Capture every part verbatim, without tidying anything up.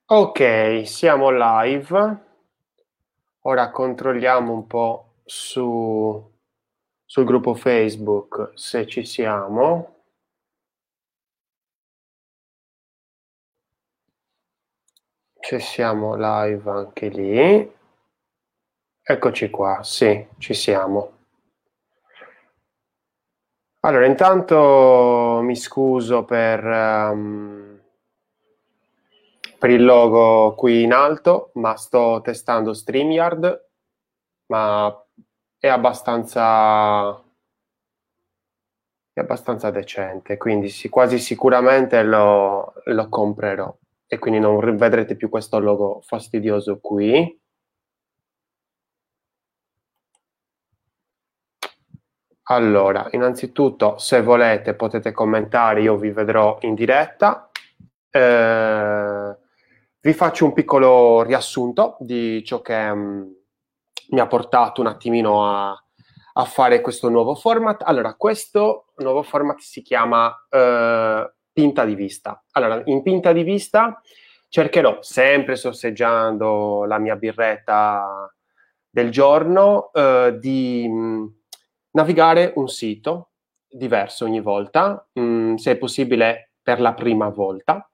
Ok, siamo live. Ora controlliamo un po' su, sul gruppo Facebook se ci siamo. Se siamo live anche lì. Eccoci qua, sì, ci siamo. Allora, intanto mi scuso per, um, per il logo qui in alto, ma sto testando StreamYard, ma è abbastanza, è abbastanza decente, quindi sì, quasi sicuramente lo, lo comprerò e quindi non vedrete più questo logo fastidioso qui. Allora, innanzitutto, se volete potete commentare, io vi vedrò in diretta. Eh, vi faccio un piccolo riassunto di ciò che mh, mi ha portato un attimino a, a fare questo nuovo format. Allora, questo nuovo format si chiama eh, Pinta di Vista. Allora, in Pinta di Vista cercherò, sempre sorseggiando la mia birretta del giorno, eh, di mh, navigare un sito diverso ogni volta, mh, se è possibile per la prima volta,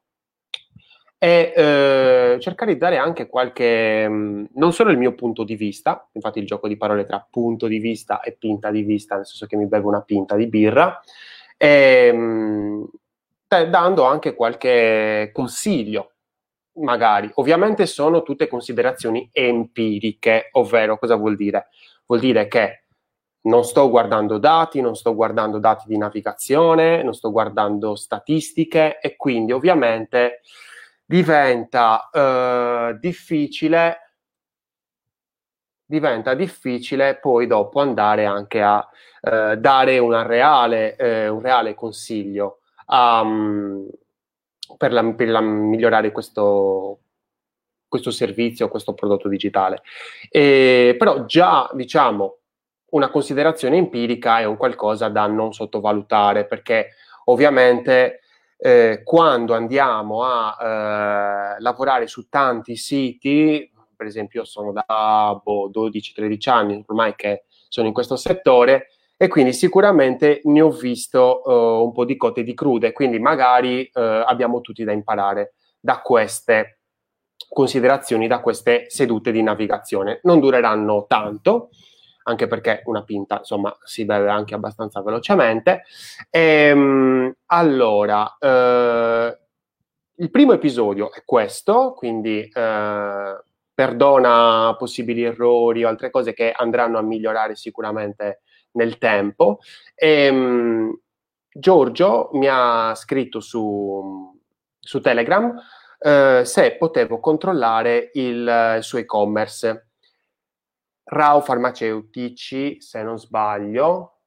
e eh, cercare di dare anche qualche, mh, non solo il mio punto di vista, infatti il gioco di parole tra punto di vista e pinta di vista, nel senso che mi bevo una pinta di birra, e, mh, te- dando anche qualche consiglio, magari. Ovviamente sono tutte considerazioni empiriche, ovvero cosa vuol dire? Vuol dire che non sto guardando dati, non sto guardando dati di navigazione, non sto guardando statistiche e quindi ovviamente diventa eh, difficile diventa difficile poi dopo andare anche a eh, dare una reale, eh, un reale consiglio a, um, per, la, per la, migliorare questo, questo servizio, questo prodotto digitale. E, però già, diciamo, una considerazione empirica è un qualcosa da non sottovalutare, perché ovviamente eh, quando andiamo a eh, lavorare su tanti siti, per esempio io sono da boh, dodici tredici anni ormai che sono in questo settore, e quindi sicuramente ne ho visto uh, un po' di cotte e di crude, quindi magari uh, abbiamo tutti da imparare da queste considerazioni, da queste sedute di navigazione. Non dureranno tanto, anche perché una pinta, insomma, si beve anche abbastanza velocemente. Ehm, allora, eh, il primo episodio è questo, quindi eh, perdona possibili errori o altre cose che andranno a migliorare sicuramente nel tempo. E, um, Giorgio mi ha scritto su, su Telegram eh, se potevo controllare il, il suo e-commerce. Rao Farmaceutici, se non sbaglio,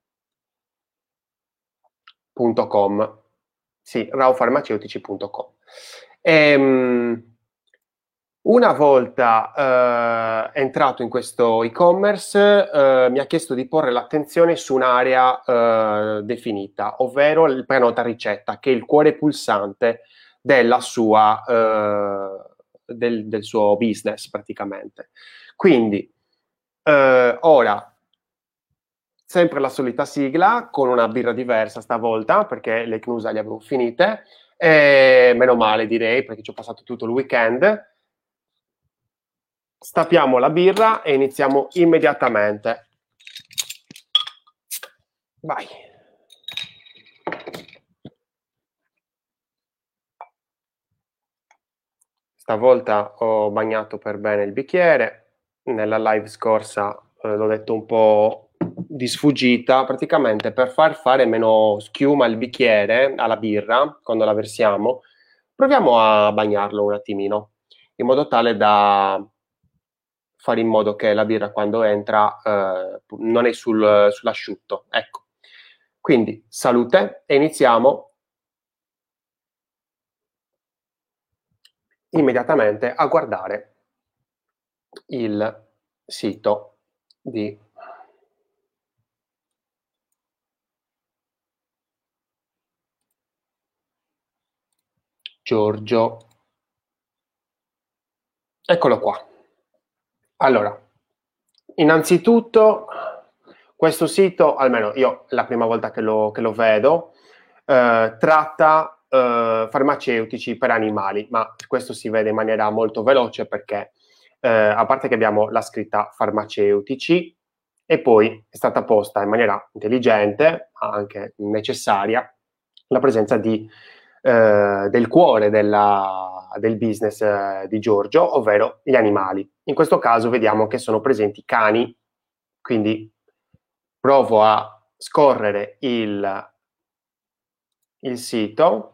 punto com. Sì, raofarmaceutici punto com. Ehm, una volta eh, entrato in questo e-commerce, eh, mi ha chiesto di porre l'attenzione su un'area eh, definita, ovvero il prenota ricetta, che è il cuore pulsante della sua, eh, del, del suo business praticamente. Quindi, eh, ora, sempre la solita sigla, con una birra diversa stavolta, perché le Cnusa le avevo finite, e meno male direi, perché ci ho passato tutto il weekend. Stappiamo la birra e iniziamo immediatamente. Vai. Stavolta ho bagnato per bene il bicchiere. Nella live scorsa eh, l'ho detto un po' di sfuggita, praticamente per far fare meno schiuma il bicchiere alla birra quando la versiamo, proviamo a bagnarlo un attimino, in modo tale da fare in modo che la birra quando entra eh, non è sul, sull'asciutto. Ecco. Quindi salute e iniziamo immediatamente a guardare il sito di Giorgio. Eccolo qua. Allora, innanzitutto questo sito, almeno io è la prima volta che lo, che lo vedo, eh, tratta eh, farmaceutici per animali, ma questo si vede in maniera molto veloce perché eh, a parte che abbiamo la scritta farmaceutici e poi è stata posta in maniera intelligente, anche necessaria, la presenza di, eh, del cuore della, del business eh, di Giorgio, ovvero gli animali. In questo caso vediamo che sono presenti cani, quindi provo a scorrere il, il sito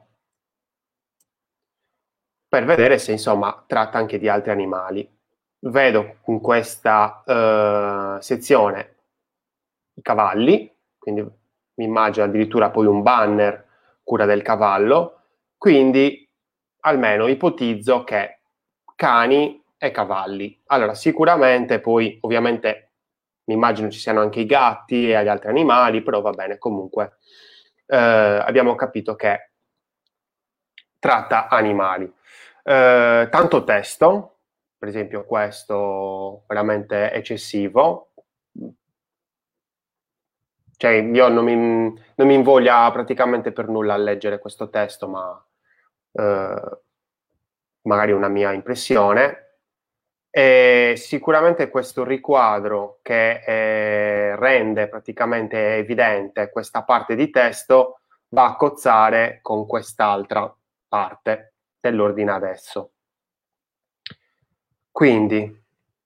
per vedere se insomma tratta anche di altri animali. Vedo in questa eh, sezione i cavalli, quindi mi immagino addirittura poi un banner cura del cavallo, quindi almeno ipotizzo che cani e cavalli. Allora sicuramente poi ovviamente mi immagino ci siano anche i gatti e gli altri animali, però va bene comunque eh, abbiamo capito che tratta animali. Eh, tanto testo, per esempio questo veramente eccessivo, cioè io non mi, non mi invoglia praticamente per nulla a leggere questo testo, ma eh, magari una mia impressione. E sicuramente questo riquadro che eh, rende praticamente evidente questa parte di testo va a cozzare con quest'altra parte dell'ordine adesso. Quindi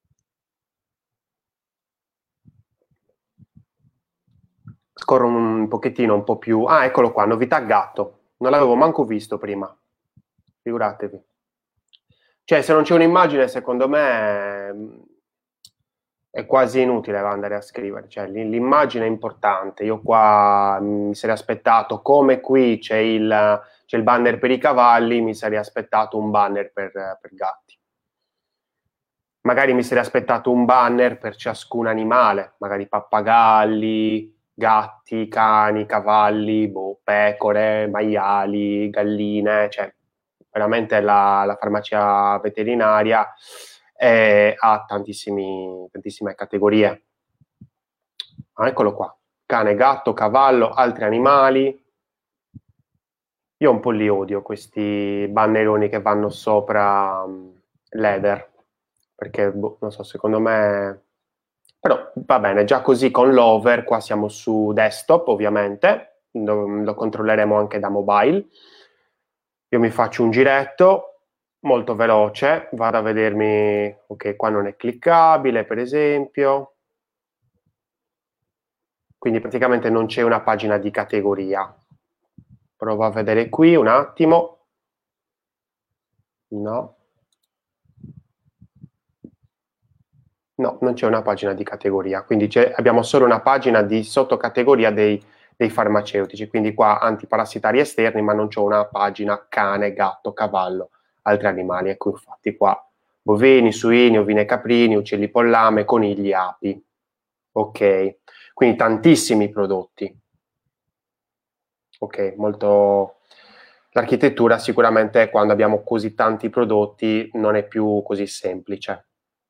scorro un pochettino un po' più. Ah, eccolo qua, novità gatto. Non l'avevo manco visto prima. Figuratevi. Cioè, se non c'è un'immagine, secondo me mh, è quasi inutile andare a scrivere. Cioè, l- l'immagine è importante. Io qua mi sarei aspettato, come qui c'è il, c'è il banner per i cavalli, mi sarei aspettato un banner per, per gatti. Magari mi sarei aspettato un banner per ciascun animale, magari pappagalli, gatti, cani, cavalli, boh, pecore, maiali, galline, cioè veramente la, la farmacia veterinaria eh, ha tantissimi, tantissime categorie. Ah, eccolo qua, cane, gatto, cavallo, altri animali. Io un po' li odio questi banneroni che vanno sopra um, l'header, perché boh, non so, secondo me... Però va bene, già così con l'over, qua siamo su desktop ovviamente, lo, lo controlleremo anche da mobile. Io mi faccio un giretto molto veloce, vado a vedermi, ok, qua non è cliccabile per esempio, quindi praticamente non c'è una pagina di categoria. Provo a vedere qui un attimo. No. No, non c'è una pagina di categoria, quindi abbiamo solo una pagina di sottocategoria dei, dei farmaceutici, quindi qua antiparassitari esterni, ma non c'è una pagina cane, gatto, cavallo, altri animali. Ecco, infatti qua bovini, suini, ovine, caprini, uccelli pollame, conigli, api. Ok, quindi tantissimi prodotti. Ok, molto... L'architettura sicuramente quando abbiamo così tanti prodotti non è più così semplice.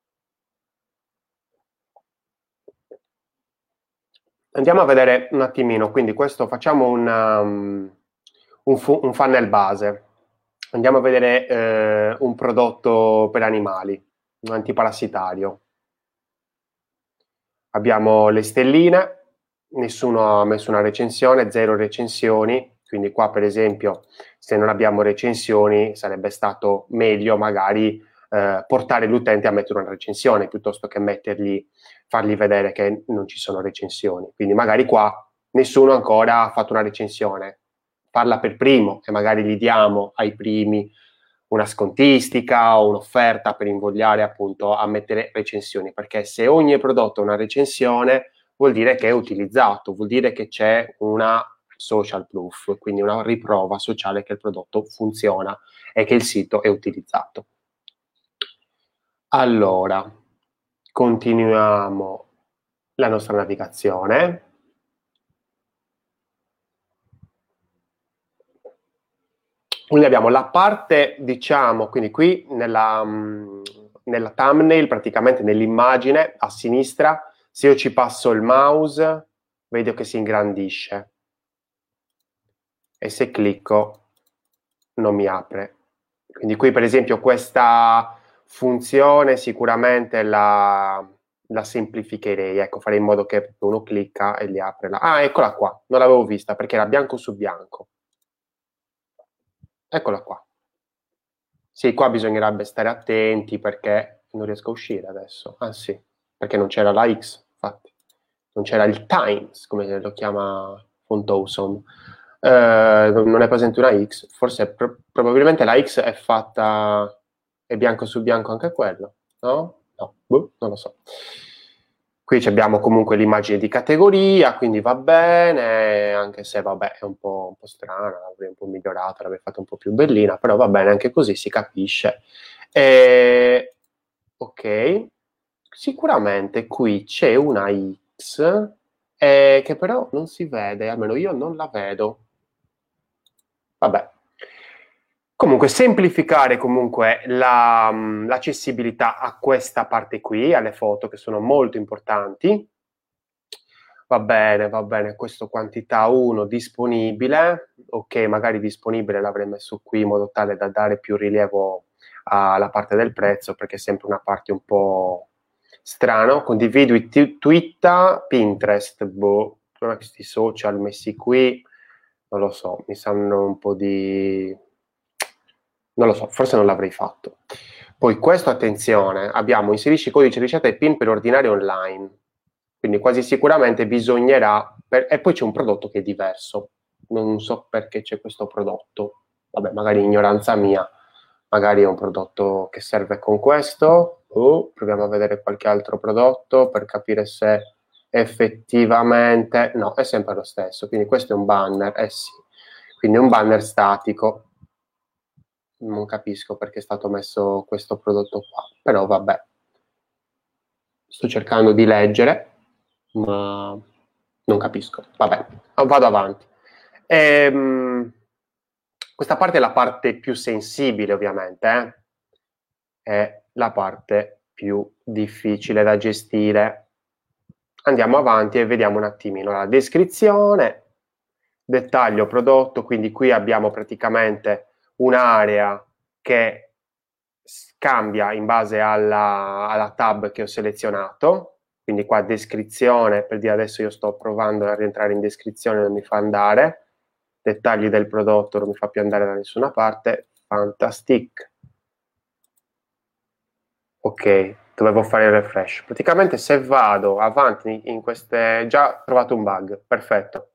Andiamo a vedere un attimino, quindi questo facciamo un, um, un, fu- un funnel base. Andiamo a vedere eh, un prodotto per animali, un antiparassitario. Abbiamo le stelline, nessuno ha messo una recensione, zero recensioni, quindi qua per esempio se non abbiamo recensioni sarebbe stato meglio magari eh, portare l'utente a mettere una recensione piuttosto che mettergli, fargli vedere che non ci sono recensioni. Quindi magari qua nessuno ancora ha fatto una recensione, parla per primo e magari gli diamo ai primi una scontistica o un'offerta per invogliare appunto a mettere recensioni, perché se ogni prodotto ha una recensione vuol dire che è utilizzato, vuol dire che c'è una social proof, quindi una riprova sociale che il prodotto funziona e che il sito è utilizzato. Allora, continuiamo la nostra navigazione. Quindi abbiamo la parte, diciamo, quindi qui nella, nella thumbnail, praticamente nell'immagine a sinistra, se io ci passo il mouse, vedo che si ingrandisce. E se clicco non mi apre. Quindi qui per esempio questa funzione sicuramente la, la semplificherei, ecco, farei in modo che uno clicca e gli apre la... Ah, eccola qua, non l'avevo vista perché era bianco su bianco. Eccola qua. Sì, qua bisognerebbe stare attenti perché non riesco a uscire adesso. Ah sì, perché non c'era la X, infatti. Non c'era il Times, come lo chiama Fontowson. Eh, non è presente una X, forse pro- probabilmente la X è fatta, è bianco su bianco anche quello, no? No, boh, non lo so. Qui abbiamo comunque l'immagine di categoria, quindi va bene, anche se vabbè è un po', un po' strana, l'avrei un po' migliorata, l'avrei fatta un po' più bellina, però va bene, anche così si capisce. E... Ok, sicuramente qui c'è una X eh, che però non si vede, almeno io non la vedo. Vabbè. Comunque, semplificare comunque la, l'accessibilità a questa parte qui, alle foto che sono molto importanti. Va bene, va bene, questo quantità uno disponibile, ok, magari disponibile l'avrei messo qui in modo tale da dare più rilievo alla parte del prezzo, perché è sempre una parte un po' strano. Condividi, t- twitta, Pinterest, boh, questi social messi qui, non lo so, mi sanno un po' di... non lo so, forse non l'avrei fatto. Poi questo, attenzione, abbiamo inserisci codice ricetta e PIN per ordinare online. Quindi quasi sicuramente bisognerà... Per... E poi c'è un prodotto che è diverso. Non so perché c'è questo prodotto. Vabbè, magari ignoranza mia. Magari è un prodotto che serve con questo. Oh, proviamo a vedere qualche altro prodotto per capire se effettivamente... No, è sempre lo stesso. Quindi questo è un banner. Eh sì. Quindi è un banner statico. Non capisco perché è stato messo questo prodotto qua, però vabbè. Sto cercando di leggere, ma non capisco. Vabbè, vado avanti. Ehm, questa parte è la parte più sensibile, ovviamente, eh? È la parte più difficile da gestire. Andiamo avanti e vediamo un attimino la descrizione, dettaglio prodotto, quindi qui abbiamo praticamente un'area che cambia in base alla, alla tab che ho selezionato, quindi qua descrizione, per dire adesso io sto provando a rientrare in descrizione, non mi fa andare, dettagli del prodotto non mi fa più andare da nessuna parte, fantastic. Ok, dovevo fare il refresh. Praticamente se vado avanti in queste... già ho trovato un bug, perfetto.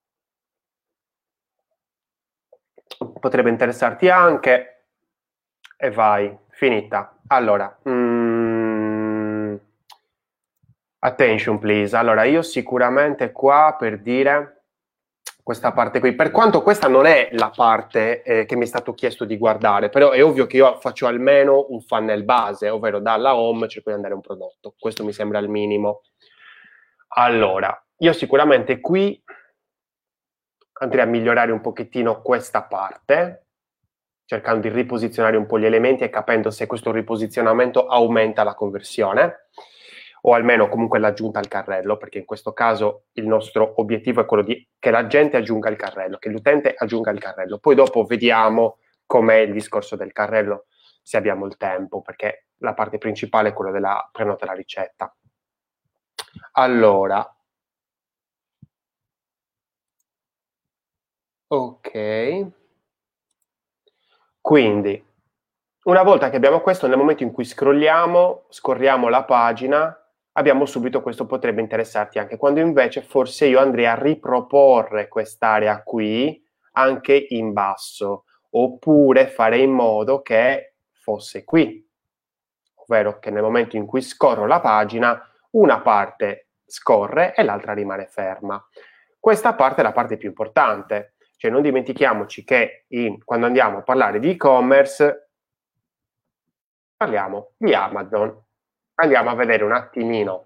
Potrebbe interessarti anche e vai, finita. Allora, mm, attention please. Allora, io sicuramente qua per dire questa parte qui, per quanto questa non è la parte eh, che mi è stato chiesto di guardare, però è ovvio che io faccio almeno un funnel base, ovvero dalla home cerco di andare a un prodotto. Questo mi sembra il minimo. Allora, io sicuramente qui andrei a migliorare un pochettino questa parte, cercando di riposizionare un po' gli elementi e capendo se questo riposizionamento aumenta la conversione o almeno comunque l'aggiunta al carrello, perché in questo caso il nostro obiettivo è quello di che la gente aggiunga il carrello, che l'utente aggiunga il carrello. Poi dopo vediamo com'è il discorso del carrello, se abbiamo il tempo, perché la parte principale è quella della prenota la ricetta. Allora, ok, quindi una volta che abbiamo questo, nel momento in cui scrolliamo, scorriamo la pagina, abbiamo subito questo potrebbe interessarti anche, quando invece forse io andrei a riproporre quest'area qui anche in basso, oppure fare in modo che fosse qui, ovvero che nel momento in cui scorro la pagina, una parte scorre e l'altra rimane ferma. Questa parte è la parte più importante, cioè non dimentichiamoci che in, quando andiamo a parlare di e-commerce parliamo di Amazon. Andiamo a vedere un attimino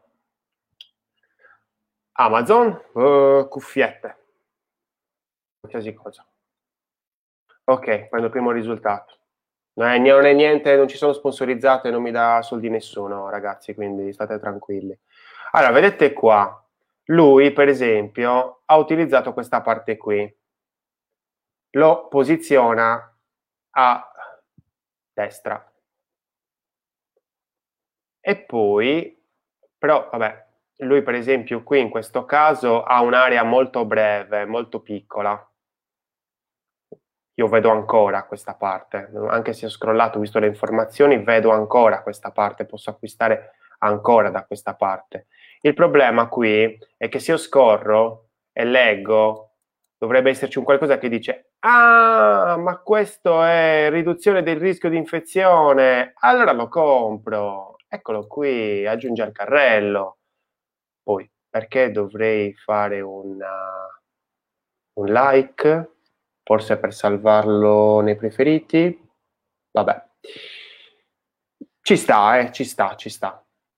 Amazon, uh, cuffiette, qualsiasi cosa. Ok, prendo il primo risultato. Non è, non è niente, non ci sono sponsorizzate, non mi dà soldi nessuno, ragazzi, quindi state tranquilli. Allora, vedete qua, lui, per esempio, ha utilizzato questa parte qui. Lo posiziona a destra. E poi, però, vabbè, lui per esempio qui in questo caso ha un'area molto breve, molto piccola. Io vedo ancora questa parte, anche se ho scrollato, ho visto le informazioni, vedo ancora questa parte, posso acquistare ancora da questa parte. Il problema qui è che se io scorro e leggo, dovrebbe esserci un qualcosa che dice ah, ma questo è riduzione del rischio di infezione, allora lo compro. Eccolo qui, aggiungi al carrello. Poi, perché dovrei fare una, un like? Forse per salvarlo nei preferiti? Vabbè. Ci sta, eh, ci sta, ci sta.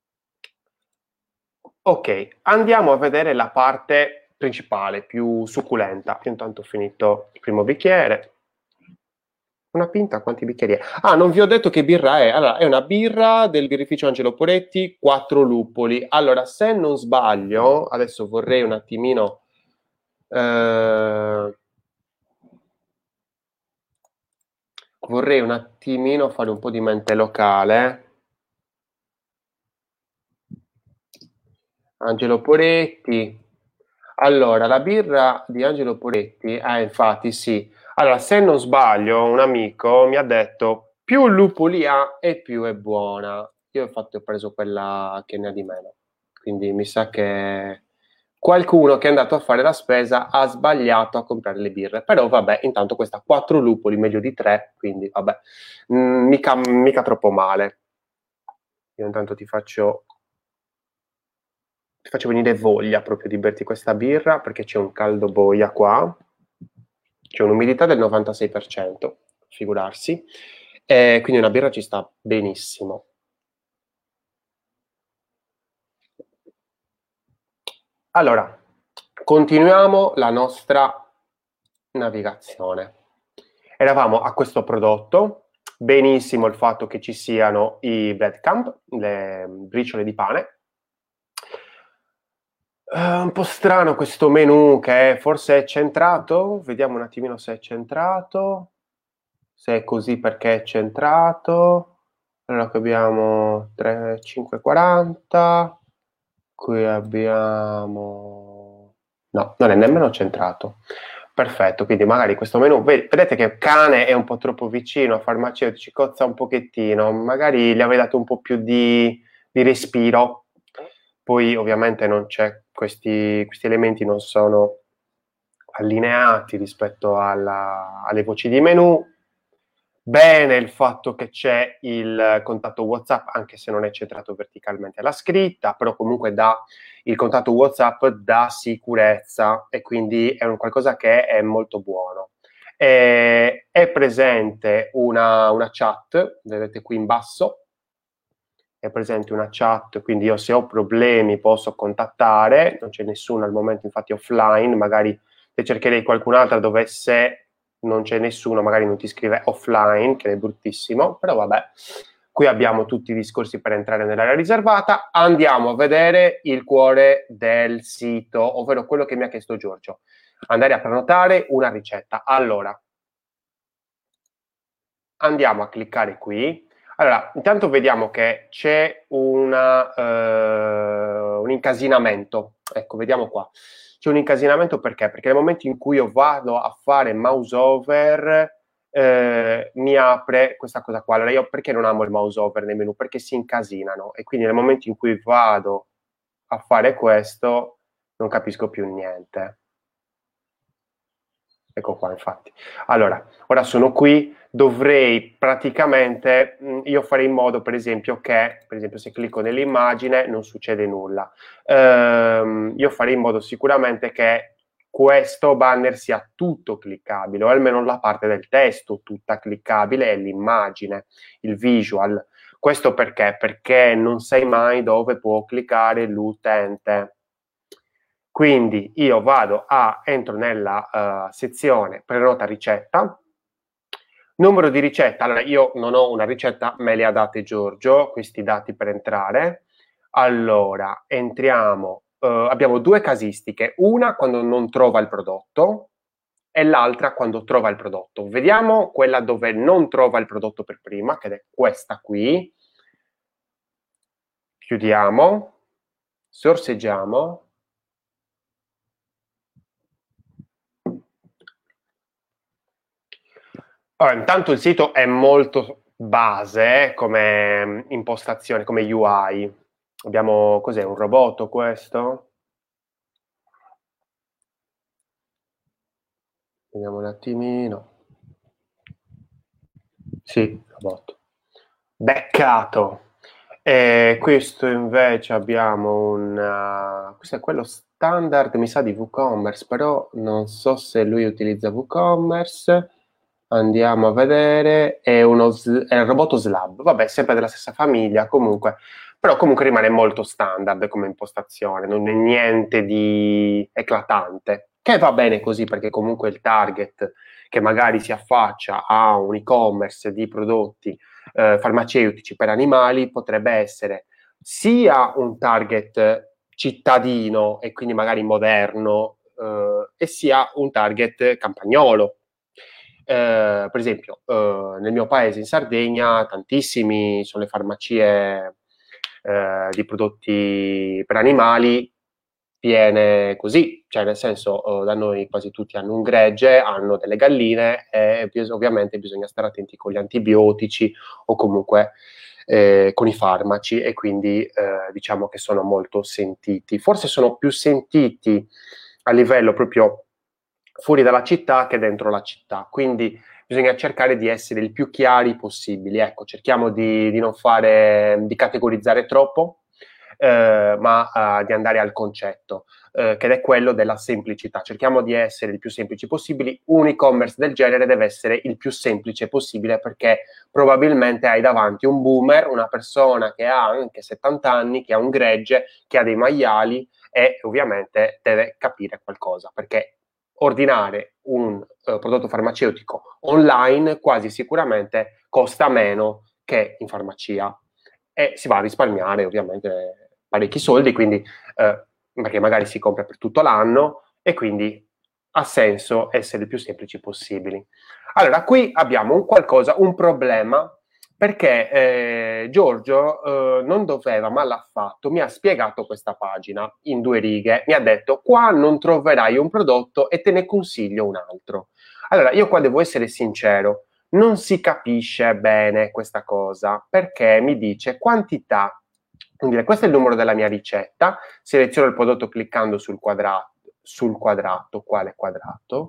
Ok, andiamo a vedere la parte principale, più succulenta. Io intanto ho finito il primo bicchiere. Una pinta, quanti bicchieri è? Ah, non vi ho detto che birra è. Allora, è una birra del birrificio Angelo Poretti, quattro luppoli. Allora, se non sbaglio, adesso vorrei un attimino... Eh, vorrei un attimino fare un po' di mente locale. Angelo Poretti. Allora, la birra di Angelo Poretti, eh, infatti sì. Allora, se non sbaglio, un amico mi ha detto più lupuli ha e più è buona. Io infatti ho preso quella che ne ha di meno. Quindi mi sa che qualcuno che è andato a fare la spesa ha sbagliato a comprare le birre. Però vabbè, intanto questa quattro lupoli meglio di tre, quindi vabbè, mm, mica, mica troppo male. Io intanto ti faccio ti faccio venire voglia proprio di berti questa birra perché c'è un caldo boia qua, c'è un'umidità del novantasei per cento, figurarsi, e quindi una birra ci sta benissimo. Allora, continuiamo la nostra navigazione. Eravamo a questo prodotto, benissimo il fatto che ci siano i breadcrumb, le briciole di pane. Uh, un po' strano questo menu che forse è centrato, vediamo un attimino se è centrato, se è così perché è centrato. Allora qui abbiamo tre, cinque, quaranta, qui abbiamo... no, non è nemmeno centrato. Perfetto, quindi magari questo menu, vedete che cane è un po' troppo vicino a farmaceutici, cozza un pochettino, magari gli avrei dato un po' più di, di respiro. Poi ovviamente non c'è, questi, questi elementi non sono allineati rispetto alla, alle voci di menu. Bene il fatto che c'è il contatto WhatsApp, anche se non è centrato verticalmente alla scritta, però comunque dà, il contatto WhatsApp dà sicurezza e quindi è un qualcosa che è molto buono. E, è presente una, una chat, vedete qui in basso, è presente una chat, quindi io se ho problemi posso contattare, non c'è nessuno al momento infatti offline, magari se cercherei qualcun'altra dove se non c'è nessuno magari non ti scrive offline, che è bruttissimo, però vabbè, qui abbiamo tutti i discorsi per entrare nell'area riservata. Andiamo a vedere il cuore del sito, ovvero quello che mi ha chiesto Giorgio, andare a prenotare una ricetta. Allora, andiamo a cliccare qui. Allora, intanto vediamo che c'è una, uh, un incasinamento. Ecco, vediamo qua. C'è un incasinamento perché? Perché nel momento in cui io vado a fare mouse over, eh, mi apre questa cosa qua. Allora, io perché non amo il mouse over nei menu? Perché si incasinano e quindi nel momento in cui vado a fare questo, non capisco più niente. Ecco qua, infatti. Allora, ora sono qui, dovrei praticamente, mh, io farei in modo, per esempio, che, per esempio, se clicco nell'immagine non succede nulla. Ehm, io farei in modo sicuramente che questo banner sia tutto cliccabile, o almeno la parte del testo tutta cliccabile e l'immagine, il visual. Questo perché? Perché non sai mai dove può cliccare l'utente. Quindi io vado a, entro nella uh, sezione prenota ricetta, Numero di ricetta, allora io non ho una ricetta, me le ha date Giorgio, questi dati per entrare. Allora, entriamo, eh, abbiamo due casistiche, una quando non trova il prodotto e l'altra quando trova il prodotto. Vediamo quella dove non trova il prodotto per prima, che è questa qui. Chiudiamo, sorseggiamo. Allora, intanto il sito è molto base eh, come impostazione, come U I. Abbiamo, cos'è, un robot questo? Vediamo un attimino. Sì, robot. Beccato. E questo invece abbiamo un... Uh, questo è quello standard, mi sa, di WooCommerce, però non so se lui utilizza WooCommerce. Andiamo a vedere, è, uno, è il robot Slab, vabbè, sempre della stessa famiglia comunque, però comunque rimane molto standard come impostazione, non è niente di eclatante, che va bene così perché comunque il target che magari si affaccia a un e-commerce di prodotti eh, farmaceutici per animali potrebbe essere sia un target cittadino e quindi magari moderno eh, e sia un target campagnolo. Eh, per esempio, eh, nel mio paese, in Sardegna, tantissimi sono le farmacie eh, di prodotti per animali, viene così, cioè nel senso, eh, da noi quasi tutti hanno un gregge, hanno delle galline e bis- ovviamente bisogna stare attenti con gli antibiotici o comunque eh, con i farmaci e quindi eh, diciamo che sono molto sentiti. Forse sono più sentiti a livello proprio fuori dalla città che dentro la città, quindi bisogna cercare di essere il più chiari possibili. Ecco, cerchiamo di, di non fare, di categorizzare troppo, eh, ma uh, di andare al concetto, eh, che è quello della semplicità. Cerchiamo di essere il più semplici possibili. Un e-commerce del genere deve essere il più semplice possibile perché probabilmente hai davanti un boomer, una persona che ha anche settanta anni, che ha un gregge, che ha dei maiali e ovviamente deve capire qualcosa perché ordinare un uh, prodotto farmaceutico online quasi sicuramente costa meno che in farmacia e si va a risparmiare ovviamente parecchi soldi, quindi eh, perché magari si compra per tutto l'anno e quindi ha senso essere il più semplici possibili. Allora, qui abbiamo un qualcosa, un problema perché eh, Giorgio eh, non doveva, ma l'ha fatto, mi ha spiegato questa pagina in due righe, mi ha detto qua non troverai un prodotto e te ne consiglio un altro. Allora, io qua devo essere sincero, non si capisce bene questa cosa perché mi dice quantità, quindi questo è il numero della mia ricetta, seleziono il prodotto cliccando sul quadrato, sul quadrato, quale quadrato?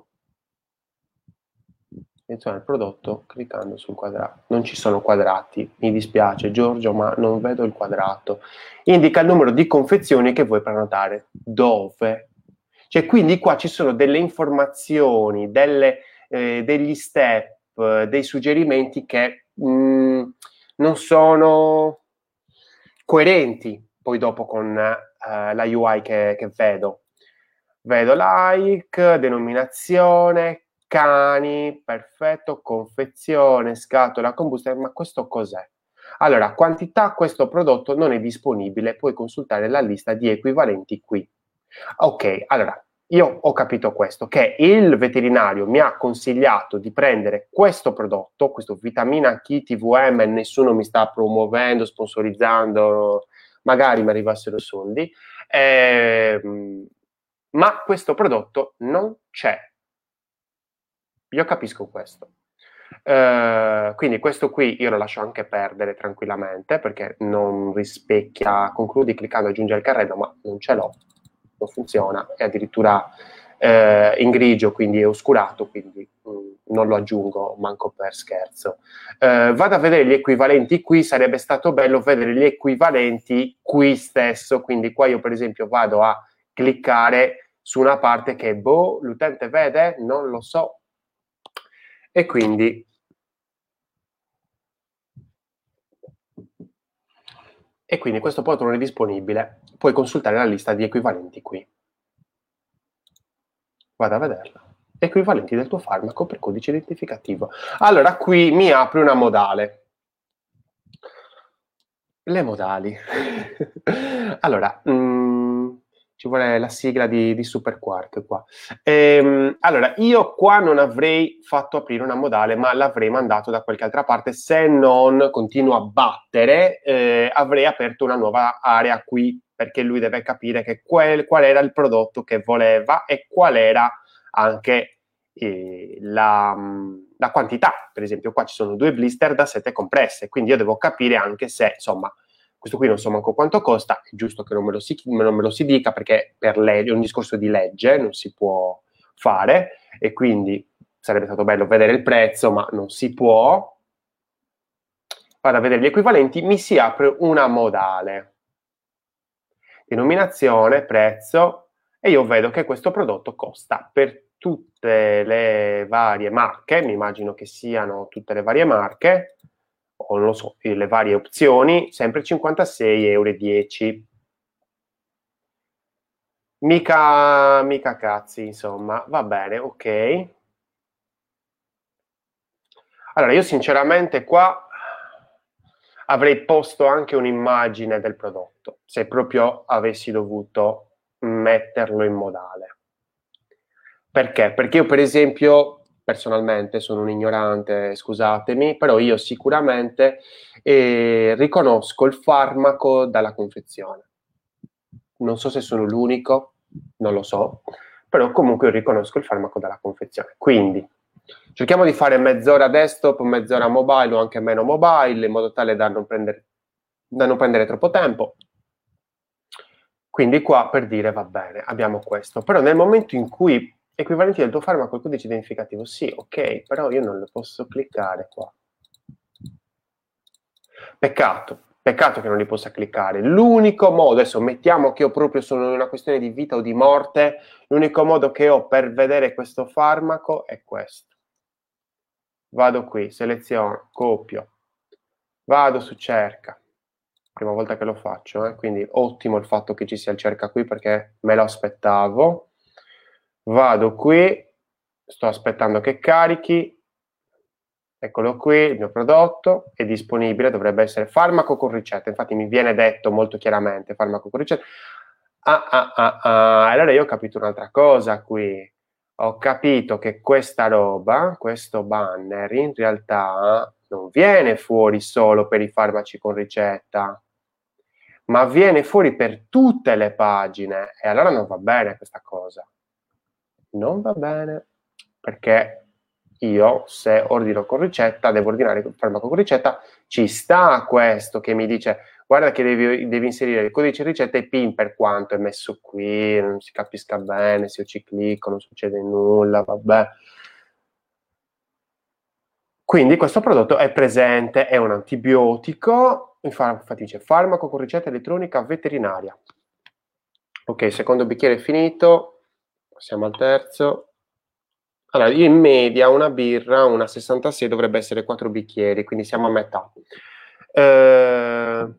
Seleziono il prodotto cliccando sul quadrato. Non ci sono quadrati, mi dispiace Giorgio, ma non vedo il quadrato. Indica il numero di confezioni che vuoi prenotare. Dove? Cioè, quindi qua ci sono delle informazioni, delle, eh, degli step, eh, dei suggerimenti che mh, non sono coerenti poi dopo con eh, la U I che, che vedo. Vedo like, denominazione, cani, perfetto, confezione, scatola, combustione, ma questo cos'è? Allora, quantità, questo prodotto non è disponibile, puoi consultare la lista di equivalenti qui. Ok, allora, io ho capito questo, che il veterinario mi ha consigliato di prendere questo prodotto, questo Vitamina K T V M, nessuno mi sta promuovendo, sponsorizzando, magari mi arrivassero soldi, ehm, ma questo prodotto non c'è. Io capisco questo. Uh, quindi questo qui io lo lascio anche perdere tranquillamente perché non rispecchia, concludi cliccando aggiungere il carrello, ma non ce l'ho, non funziona, è addirittura uh, in grigio, quindi è oscurato, quindi mh, non lo aggiungo manco per scherzo. Uh, vado a vedere gli equivalenti qui, sarebbe stato bello vedere gli equivalenti qui stesso, quindi qua io per esempio vado a cliccare su una parte che boh, l'utente vede, non lo so, e quindi e quindi questo prodotto non è disponibile, puoi consultare la lista di equivalenti qui. Vado a vederla. equivalenti del tuo farmaco per codice identificativo. Allora, qui mi apre una modale. Le modali. Allora, mh, ci vuole la sigla di, di SuperQuark qua. Ehm, allora, io qua non avrei fatto aprire una modale, ma l'avrei mandato da qualche altra parte. Se non continuo a battere, eh, avrei aperto una nuova area qui, perché lui deve capire che quel, qual era il prodotto che voleva e qual era anche eh, la, la quantità. Per esempio qua ci sono due blister da sette compresse, quindi io devo capire anche se, insomma, questo qui non so manco quanto costa, è giusto che non me lo si, non me lo si dica, perché per legge è un discorso di legge, non si può fare, e quindi sarebbe stato bello vedere il prezzo, ma non si può. Vado a vedere gli equivalenti, mi si apre una modale. Denominazione, prezzo, e io vedo che questo prodotto costa per tutte le varie marche, mi immagino che siano tutte le varie marche, o non lo so, le varie opzioni, sempre cinquantasei virgola dieci euro. Mica, mica cazzi, insomma, va bene, ok. Allora, io sinceramente qua avrei posto anche un'immagine del prodotto, se proprio avessi dovuto metterlo in modale. Perché? Perché io, per esempio, personalmente sono un ignorante, scusatemi, però io sicuramente eh, riconosco il farmaco dalla confezione. Non so se sono l'unico, non lo so, però comunque io riconosco il farmaco dalla confezione. Quindi cerchiamo di fare mezz'ora desktop, mezz'ora mobile o anche meno mobile, in modo tale da non prendere, da non prendere troppo tempo. Quindi qua, per dire, va bene, abbiamo questo. Però nel momento in cui equivalenti del tuo farmaco al codice identificativo, sì, ok, però io non lo posso cliccare qua. Peccato, peccato che non li possa cliccare. L'unico modo, adesso mettiamo che io proprio sono in una questione di vita o di morte, l'unico modo che ho per vedere questo farmaco è questo. Vado qui, seleziono, copio, vado su cerca. Prima volta che lo faccio, eh? Quindi ottimo il fatto che ci sia il cerca qui, perché me lo aspettavo. Vado qui, sto aspettando che carichi, eccolo qui, il mio prodotto è disponibile, dovrebbe essere farmaco con ricetta, infatti mi viene detto molto chiaramente farmaco con ricetta. Ah, ah, ah, ah. Allora io ho capito un'altra cosa qui, ho capito che questa roba, questo banner, in realtà non viene fuori solo per i farmaci con ricetta, ma viene fuori per tutte le pagine, e allora non va bene questa cosa. Non va bene, perché io, se ordino con ricetta, devo ordinare il farmaco con ricetta, ci sta questo che mi dice guarda che devi, devi inserire il codice ricetta e PIN per quanto è messo qui, non si capisca bene, se io ci clicco non succede nulla, vabbè. Quindi questo prodotto è presente, è un antibiotico, infatti dice farmaco con ricetta elettronica veterinaria. Ok, secondo bicchiere finito, passiamo al terzo. Allora, io in media una birra, una sessantasei, dovrebbe essere quattro bicchieri, quindi siamo a metà. Eh,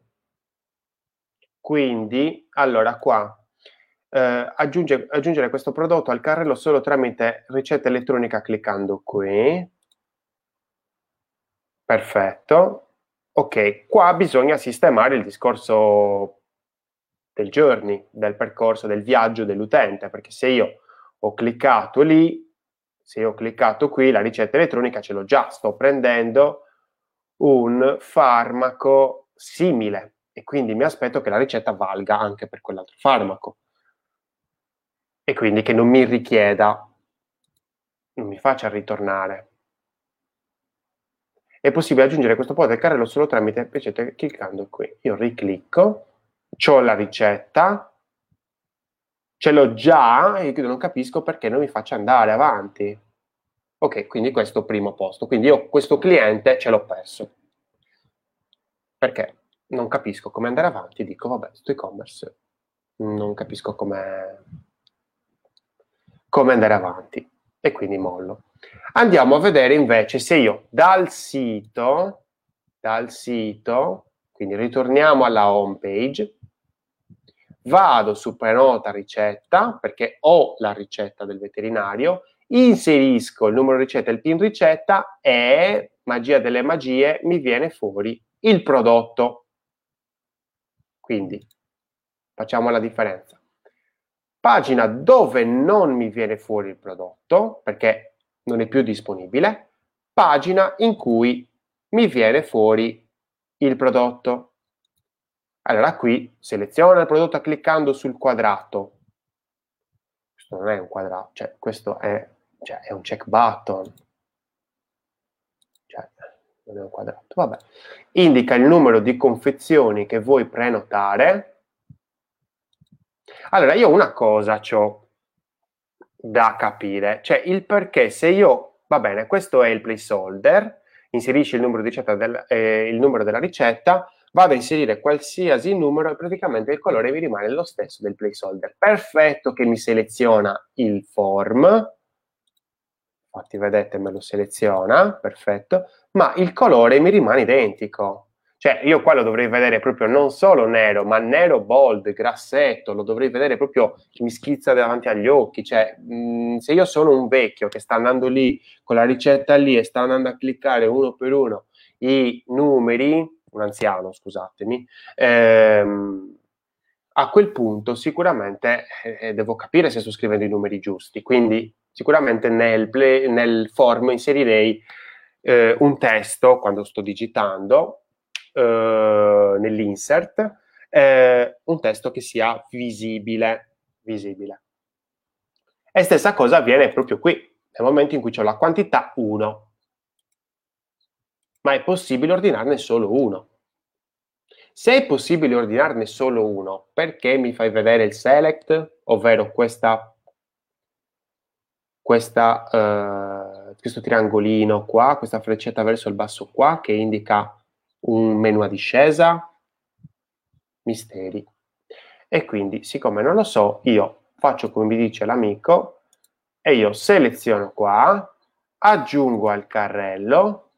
quindi, allora qua, eh, aggiunge, aggiungere questo prodotto al carrello solo tramite ricetta elettronica cliccando qui. Perfetto. Ok, qua bisogna sistemare il discorso del journey, del percorso, del viaggio dell'utente, perché se io ho cliccato lì, se io ho cliccato qui, la ricetta elettronica ce l'ho già, sto prendendo un farmaco simile e quindi mi aspetto che la ricetta valga anche per quell'altro farmaco e quindi che non mi richieda, non mi faccia ritornare. È possibile aggiungere questo prodotto al carrello solo tramite ricetta cliccando qui. Io riclicco, c'ho la ricetta, ce l'ho già e non capisco perché non mi faccia andare avanti. Ok, quindi questo primo posto. Quindi io questo cliente ce l'ho perso. Perché non capisco come andare avanti, dico vabbè, sto e-commerce non capisco come come andare avanti e quindi mollo. Andiamo a vedere invece se io dal sito, dal sito, quindi ritorniamo alla home page, vado su prenota ricetta perché ho la ricetta del veterinario inserisco il numero ricetta e il pin ricetta e, magia delle magie, mi viene fuori il prodotto. Quindi facciamo la differenza. Pagina dove non mi viene fuori il prodotto, perché non è più disponibile, pagina in cui mi viene fuori il prodotto. Allora qui seleziona il prodotto cliccando sul quadrato. Questo non è un quadrato, cioè questo è, cioè, è un check button. Cioè, non è un quadrato. Vabbè. Indica il numero di confezioni che vuoi prenotare. Allora, io una cosa c'ho da capire, cioè il perché se io, va bene, questo è il placeholder, inserisci il numero, di ricetta del, eh, il numero della ricetta, vado a inserire qualsiasi numero e praticamente il colore mi rimane lo stesso del placeholder. Perfetto che mi seleziona il form, infatti vedete me lo seleziona, perfetto, ma il colore mi rimane identico. Cioè io qua lo dovrei vedere proprio non solo nero, ma nero bold, grassetto, lo dovrei vedere proprio che mi schizza davanti agli occhi. Cioè mh, se io sono un vecchio che sta andando lì con la ricetta lì e sta andando a cliccare uno per uno i numeri, un anziano scusatemi, ehm, a quel punto sicuramente eh, devo capire se sto scrivendo i numeri giusti, quindi sicuramente nel, play, nel form inserirei eh, un testo quando sto digitando, eh, nell'insert, eh, un testo che sia visibile, visibile. E stessa cosa avviene proprio qui, nel momento in cui ho la quantità uno, ma è possibile ordinarne solo uno. Se è possibile ordinarne solo uno, perché mi fai vedere il select, ovvero questa, questa, eh, questo triangolino qua, questa freccetta verso il basso qua, che indica un menu a discesa? Misteri. E quindi, siccome non lo so, io faccio come mi dice l'amico e io seleziono qua, aggiungo al carrello,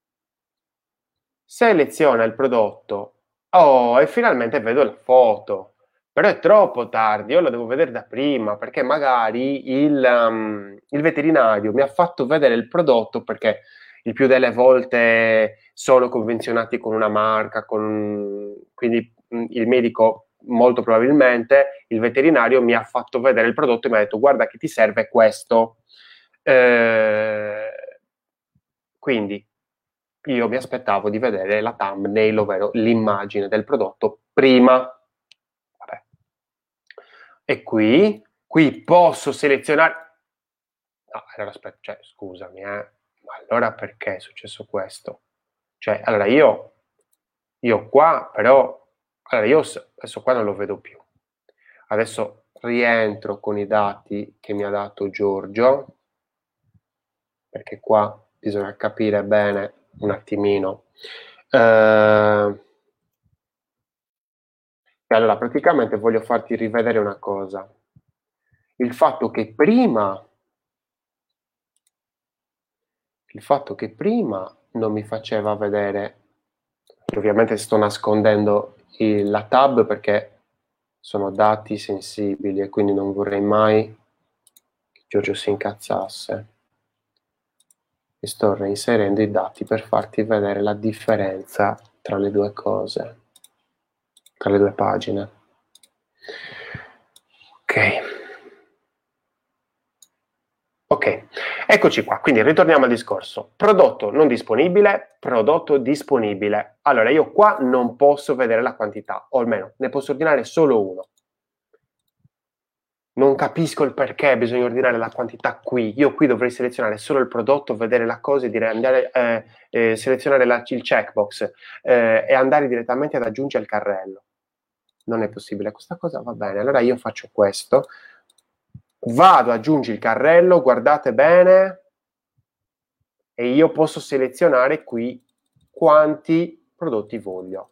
seleziona il prodotto. Oh, e finalmente vedo la foto, però è troppo tardi, io la devo vedere da prima, perché magari il, um, il veterinario mi ha fatto vedere il prodotto, perché il più delle volte sono convenzionati con una marca, con, quindi mh, il medico molto probabilmente, il veterinario mi ha fatto vedere il prodotto e mi ha detto guarda che ti serve questo. Eh, quindi io mi aspettavo di vedere la thumbnail, ovvero l'immagine del prodotto prima. Vabbè. E qui, qui posso selezionare... No, allora aspetta, cioè, scusami, eh. Ma allora perché è successo questo? Cioè, allora io, io qua, però... Allora io adesso qua non lo vedo più. Adesso rientro con i dati che mi ha dato Giorgio, perché qua bisogna capire bene un attimino. Eh, e allora praticamente voglio farti rivedere una cosa. Il fatto che prima il fatto che prima non mi faceva vedere, ovviamente sto nascondendo il, la tab perché sono dati sensibili e quindi non vorrei mai che Giorgio si incazzasse. E sto reinserendo i dati per farti vedere la differenza tra le due cose, tra le due pagine. Ok. Ok, eccoci qua, quindi ritorniamo al discorso. Prodotto non disponibile, prodotto disponibile. Allora io qua non posso vedere la quantità, o almeno ne posso ordinare solo uno. Non capisco il perché bisogna ordinare la quantità qui. Io qui dovrei selezionare solo il prodotto, vedere la cosa e dire andare, eh, eh, selezionare la, il checkbox eh, e andare direttamente ad aggiungere il carrello. Non è possibile, questa cosa va bene. Allora io faccio questo. Vado, aggiungi il carrello, guardate bene, e io posso selezionare qui quanti prodotti voglio.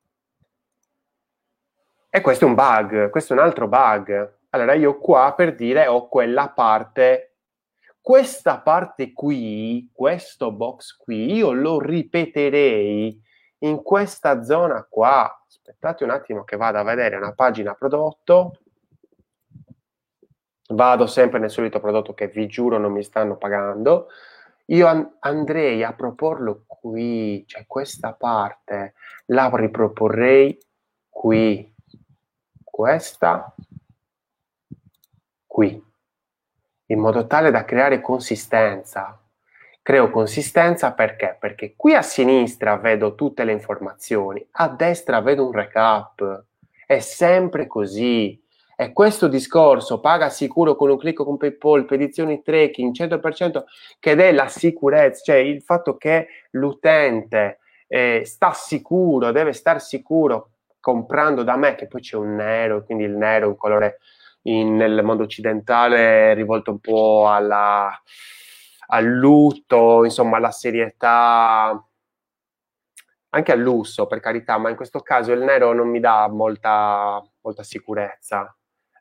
E questo è un bug, questo è un altro bug. Allora io qua per dire ho quella parte, questa parte qui, questo box qui, io lo ripeterei in questa zona qua. Aspettate un attimo che vado a vedere una pagina prodotto. vado sempre nel solito prodotto che vi giuro non mi stanno pagando, io an- andrei a proporlo qui, cioè questa parte la riproporrei qui, questa qui, in modo tale da creare consistenza. Creo consistenza perché? Perché qui a sinistra vedo tutte le informazioni, a destra vedo un recap. È sempre così. E questo discorso paga sicuro con un click con PayPal, spedizioni tracking, cento per cento, che è la sicurezza, cioè il fatto che l'utente eh, sta sicuro, deve star sicuro comprando da me, che poi c'è un nero, quindi il nero è un colore in, nel mondo occidentale rivolto un po' alla, al lutto, insomma alla serietà, anche al lusso per carità, ma in questo caso il nero non mi dà molta, molta sicurezza.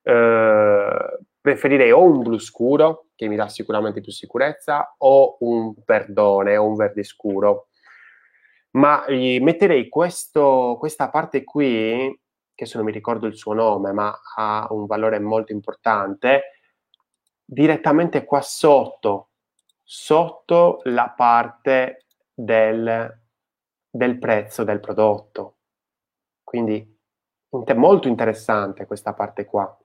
Eh, preferirei o un blu scuro, che mi dà sicuramente più sicurezza, o un verdone o un verde scuro. Ma eh, metterei questo, questa parte qui, che adesso non mi ricordo il suo nome, ma ha un valore molto importante, direttamente qua sotto, sotto la parte del, del prezzo del prodotto. Quindi molto interessante questa parte qua.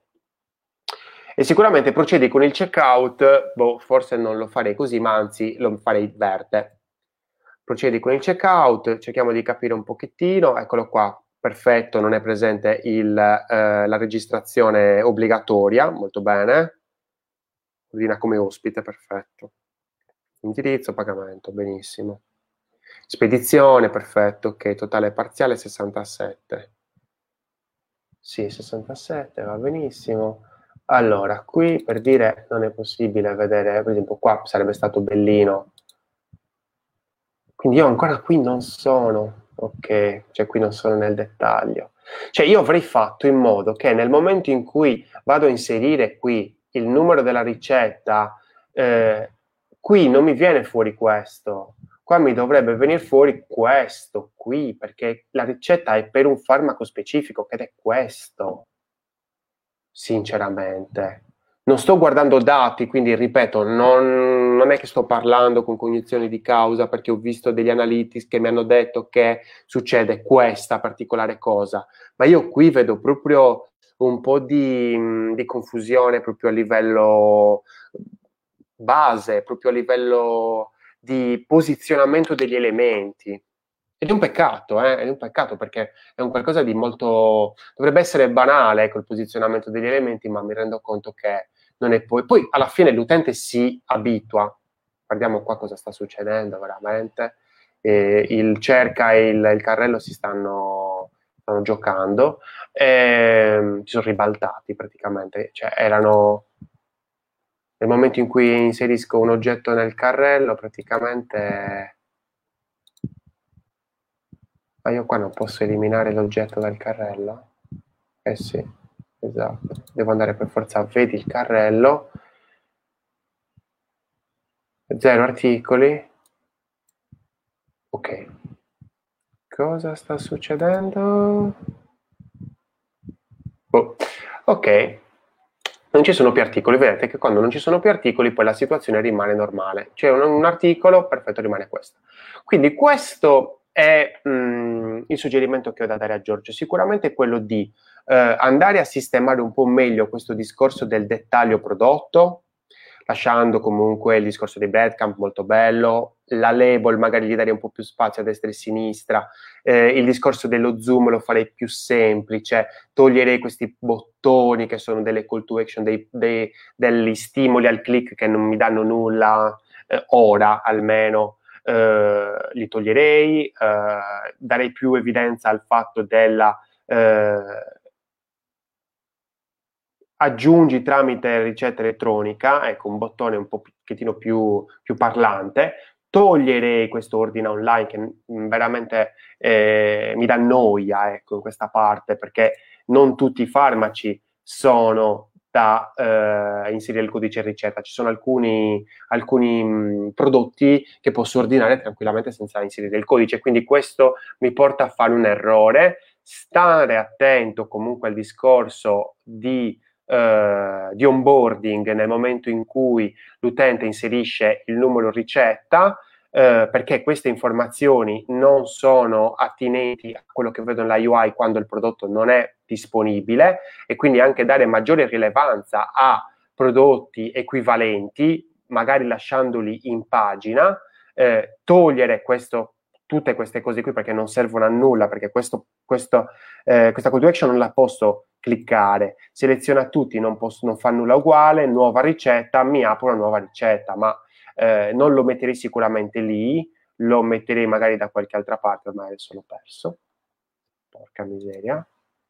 E sicuramente procedi con il checkout, boh, forse non lo farei così, ma anzi lo farei verde. Procedi con il checkout, cerchiamo di capire un pochettino, eccolo qua, perfetto, non è presente il, eh, la registrazione obbligatoria, molto bene, ordina come ospite, perfetto. Indirizzo, pagamento, benissimo. Spedizione, perfetto, ok, totale parziale sessantasette. Sì, sessantasette, va benissimo. Allora, qui per dire non è possibile vedere, per esempio qua sarebbe stato bellino. Quindi io ancora qui non sono, ok, cioè qui non sono nel dettaglio. Cioè io avrei fatto in modo che nel momento in cui vado a inserire qui il numero della ricetta, eh, qui non mi viene fuori questo, qua mi dovrebbe venire fuori questo qui, perché la ricetta è per un farmaco specifico ed è questo, sinceramente. Non sto guardando dati, quindi ripeto, non, non è che sto parlando con cognizione di causa perché ho visto degli analytics che mi hanno detto che succede questa particolare cosa, ma io qui vedo proprio un po' di, di confusione proprio a livello base, proprio a livello di posizionamento degli elementi. Ed è un peccato, eh? È un peccato perché è un qualcosa di molto... dovrebbe essere banale, ecco, il posizionamento degli elementi, ma mi rendo conto che non è poi... Poi alla fine l'utente si abitua. Guardiamo qua cosa sta succedendo veramente. Eh, il cerca e il, il carrello si stanno, stanno giocando. Eh, si sono ribaltati praticamente. Cioè erano... Nel momento in cui inserisco un oggetto nel carrello, praticamente... Ma io qua non posso eliminare l'oggetto dal carrello? Eh sì, esatto. Devo andare per forza, vedi il carrello, zero articoli. Ok. Cosa sta succedendo? Oh. Ok. Non ci sono più articoli, vedete che quando non ci sono più articoli poi la situazione rimane normale. C'è un, un articolo, perfetto, rimane questo. Quindi questo è mh, il suggerimento che ho da dare a Giorgio, sicuramente quello di eh, andare a sistemare un po' meglio questo discorso del dettaglio prodotto, lasciando comunque il discorso dei breadcamp molto bello, la label magari gli dare un po' più spazio a destra e a sinistra, eh, il discorso dello zoom lo farei più semplice, toglierei questi bottoni che sono delle call to action, dei, dei, degli stimoli al click che non mi danno nulla, eh, ora almeno, eh, li toglierei, eh, darei più evidenza al fatto della... Eh, aggiungi tramite ricetta elettronica, ecco un bottone un pochettino più, più parlante, toglierei questo ordine online che mh, veramente eh, mi dà noia, ecco, in questa parte, perché non tutti i farmaci sono da eh, inserire il codice ricetta, ci sono alcuni, alcuni mh, prodotti che posso ordinare tranquillamente senza inserire il codice, quindi questo mi porta a fare un errore, stare attento comunque al discorso di eh, di onboarding nel momento in cui l'utente inserisce il numero ricetta, eh, perché queste informazioni non sono attinenti a quello che vedo nella U I quando il prodotto non è disponibile, e quindi anche dare maggiore rilevanza a prodotti equivalenti, magari lasciandoli in pagina, eh, togliere questo, tutte queste cose qui perché non servono a nulla, perché questo, questo, eh, questa call to action non la posso cliccare, seleziona tutti, non, posso, non fa nulla uguale, nuova ricetta, mi apro una nuova ricetta, ma eh, non lo metterei sicuramente lì, lo metterei magari da qualche altra parte, ormai adesso l'ho perso, porca miseria,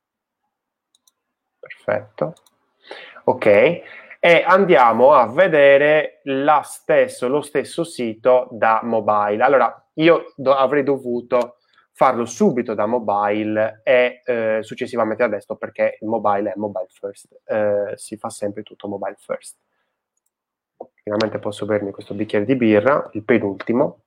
perfetto, ok, e andiamo a vedere la stesso, lo stesso sito da mobile. Allora, io do, avrei dovuto farlo subito da mobile e eh, successivamente da desktop, perché il mobile è mobile first, eh, si fa sempre tutto mobile first. Finalmente posso bermi questo bicchiere di birra, il penultimo.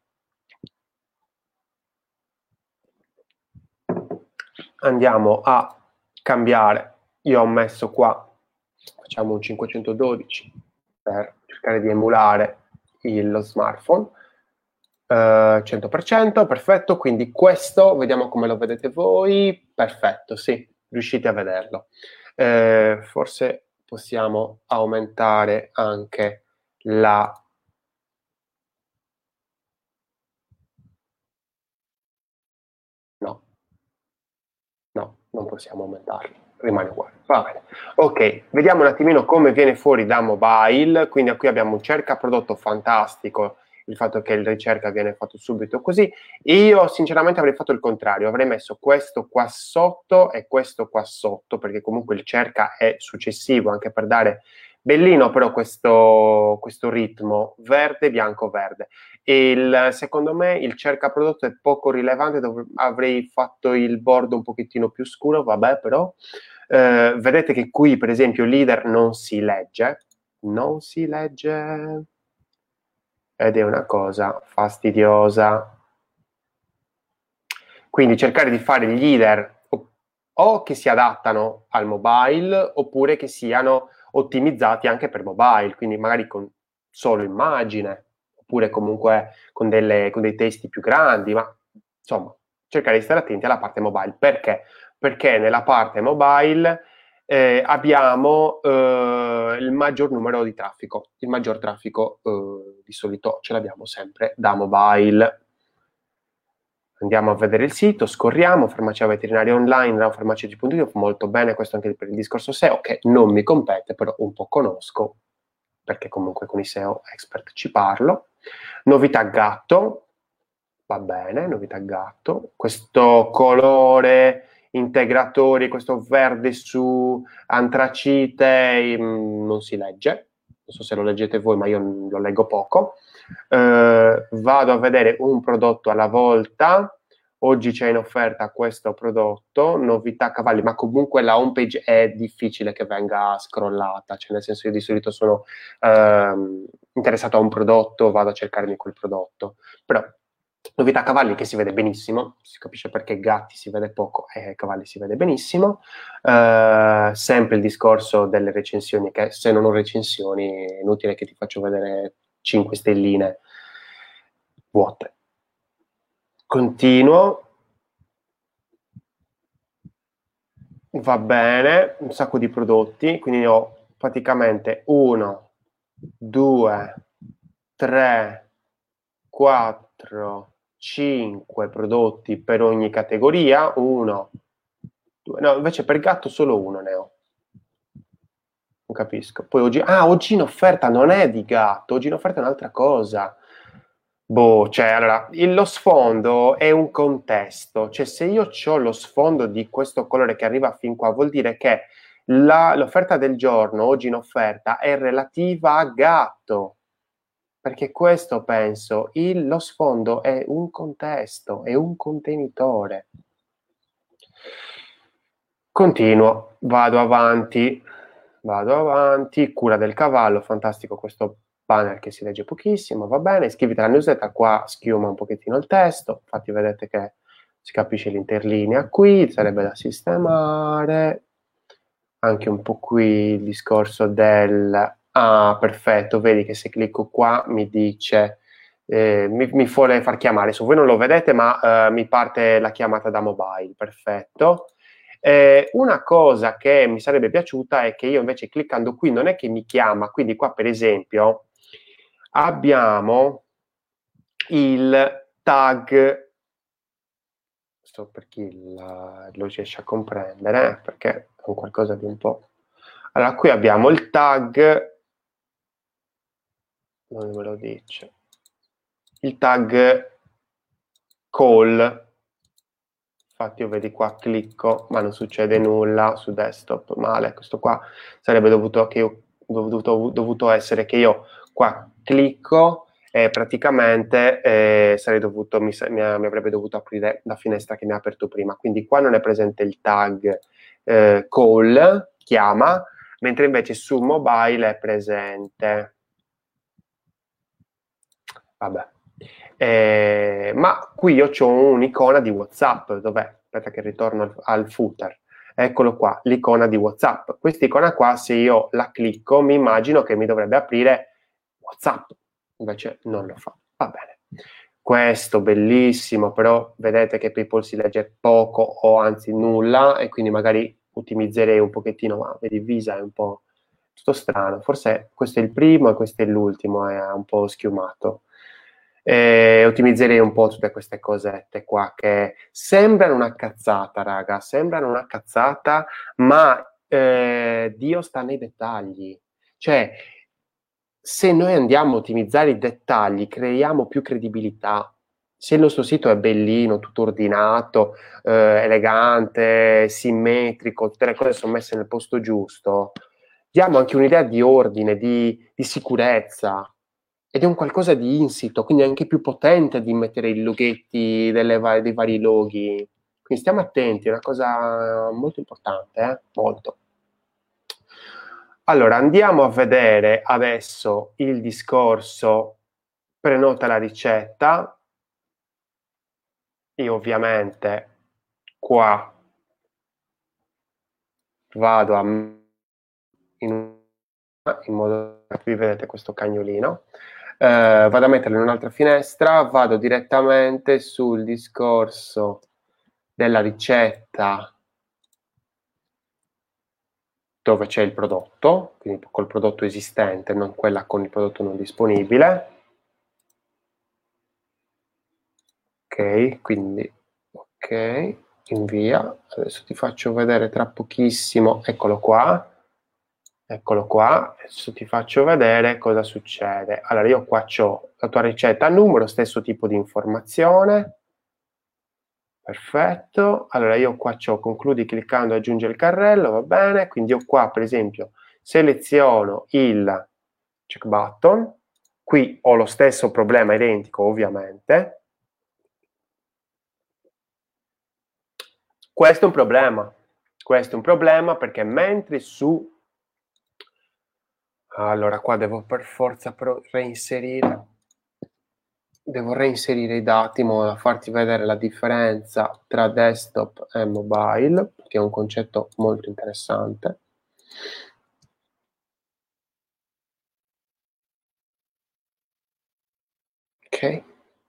Andiamo a cambiare. Io ho messo qua, facciamo un cinquecentododici per cercare di emulare il, lo smartphone. Uh, cento per cento, perfetto. Quindi questo, vediamo come lo vedete voi. Perfetto, sì, riuscite a vederlo. Uh, forse possiamo aumentare anche la... No, no, non possiamo aumentarlo, rimane uguale. Va bene. Ok, vediamo un attimino come viene fuori da mobile. Quindi qui abbiamo un cerca prodotto fantastico, il fatto che il ricerca viene fatto subito così. Io sinceramente avrei fatto il contrario, avrei messo questo qua sotto e questo qua sotto, perché comunque il cerca è successivo, anche per dare bellino però questo, questo ritmo verde, bianco, verde. Il, secondo me il cerca prodotto è poco rilevante, dov- avrei fatto il bordo un pochettino più scuro, vabbè, però eh, vedete che qui per esempio leader non si legge, non si legge, ed è una cosa fastidiosa. Quindi cercare di fare gli leader o, o che si adattano al mobile, oppure che siano ottimizzati anche per mobile, quindi magari con solo immagine, oppure comunque con, delle, con dei testi più grandi, ma insomma cercare di stare attenti alla parte mobile. Perché? Perché nella parte mobile eh, abbiamo eh, il maggior numero di traffico, il maggior traffico eh, di solito ce l'abbiamo sempre da mobile. Andiamo a vedere il sito, scorriamo, farmacia veterinaria online, farmacia punto it, molto bene, questo anche per il discorso S E O, che non mi compete, però un po' conosco, perché comunque con i S E O expert ci parlo. Novità gatto, va bene, novità gatto, questo colore integratori, questo verde su antracite, mh, non si legge, non so se lo leggete voi, ma io lo leggo poco. Uh, vado a vedere un prodotto alla volta. Oggi c'è in offerta questo prodotto, novità cavalli, ma comunque la homepage è difficile che venga scrollata, cioè nel senso io di solito sono uh, interessato a un prodotto, vado a cercarmi quel prodotto, però novità cavalli che si vede benissimo, si capisce perché gatti si vede poco e cavalli si vede benissimo. Uh, sempre il discorso delle recensioni, che se non ho recensioni è inutile che ti faccio vedere cinque stelline vuote. Continuo. Va bene, un sacco di prodotti, quindi ho praticamente uno, due, tre, quattro, cinque prodotti per ogni categoria. Uno, due, no, invece per gatto solo uno ne ho. Non capisco. Poi oggi, ah, oggi in offerta non è di gatto, oggi in offerta è un'altra cosa. Boh, cioè, allora, il, lo sfondo è un contesto, cioè se io ho lo sfondo di questo colore che arriva fin qua, vuol dire che la, l'offerta del giorno, oggi in offerta, è relativa a gatto, perché questo penso, il, lo sfondo è un contesto, è un contenitore. Continuo, vado avanti, vado avanti, cura del cavallo, fantastico questo banner che si legge pochissimo, va bene, iscriviti alla newsletter, qua schiuma un pochettino il testo, infatti vedete che si capisce l'interlinea qui, sarebbe da sistemare, anche un po' qui il discorso del... Ah, perfetto, vedi che se clicco qua mi dice... Eh, mi, mi vuole far chiamare, se voi non lo vedete, ma eh, mi parte la chiamata da mobile, perfetto. Eh, una cosa che mi sarebbe piaciuta è che io invece cliccando qui non è che mi chiama, quindi qua per esempio abbiamo il tag, so per chi la, lo riesce a comprendere, eh, perché è un qualcosa di un po'... Allora qui abbiamo il tag, non me lo dice, il tag call. Infatti io vedi qua clicco ma non succede nulla su desktop, male, questo qua sarebbe dovuto, che io, dovuto, dovuto essere che io qua clicco e praticamente eh, sarei dovuto, mi, mi, mi avrebbe dovuto aprire la finestra che mi ha aperto prima, quindi qua non è presente il tag eh, call, chiama, mentre invece su mobile è presente. Vabbè. Eh, ma qui io ho un'icona di WhatsApp, dov'è? Aspetta che ritorno al, al footer. Eccolo qua, l'icona di WhatsApp. Questa icona qua, se io la clicco, mi immagino che mi dovrebbe aprire WhatsApp. Invece non lo fa. Va bene. Questo bellissimo, però vedete che PayPal si legge poco o anzi nulla e quindi magari ottimizzerei un pochettino, ma vedi Visa è un po' tutto strano. Forse questo è il primo e questo è l'ultimo, è un po' schiumato. Eh, ottimizzerei un po' tutte queste cosette qua che sembrano una cazzata, raga, sembrano una cazzata, ma eh, Dio sta nei dettagli. Cioè, se noi andiamo a ottimizzare i dettagli, creiamo più credibilità. Se il nostro sito è bellino, tutto ordinato, eh, elegante, simmetrico, tutte le cose sono messe nel posto giusto, diamo anche un'idea di ordine, di, di sicurezza. Ed è un qualcosa di insito, quindi anche più potente di mettere i loghetti delle va- dei vari loghi. Quindi stiamo attenti, è una cosa molto importante, eh? Molto. Allora, andiamo a vedere adesso il discorso prenota la ricetta. Io ovviamente qua vado a in, in modo che qui vedete questo cagnolino. Eh, vado a metterlo in un'altra finestra, vado direttamente sul discorso della ricetta dove c'è il prodotto, quindi col prodotto esistente, non quella con il prodotto non disponibile. Ok, quindi ok, invia. Adesso ti faccio vedere tra pochissimo, eccolo qua. Eccolo qua, adesso ti faccio vedere cosa succede. Allora, io qua ho la tua ricetta a numero, stesso tipo di informazione. Perfetto. Allora, io qua ho concludi cliccando aggiunge il carrello, va bene. Quindi io qua, per esempio, seleziono il check button. Qui ho lo stesso problema identico, ovviamente. Questo è un problema. Questo è un problema perché mentre su... Allora, qua devo per forza però reinserire... Devo reinserire i dati in modo da farti vedere la differenza tra desktop e mobile, che è un concetto molto interessante. Ok.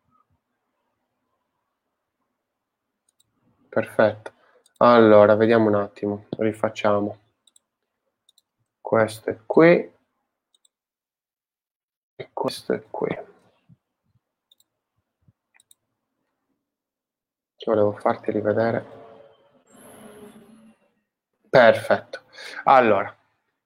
Perfetto. Allora, vediamo un attimo, rifacciamo. Questo è qui. E questo è qui. Volevo farti rivedere. Perfetto. Allora.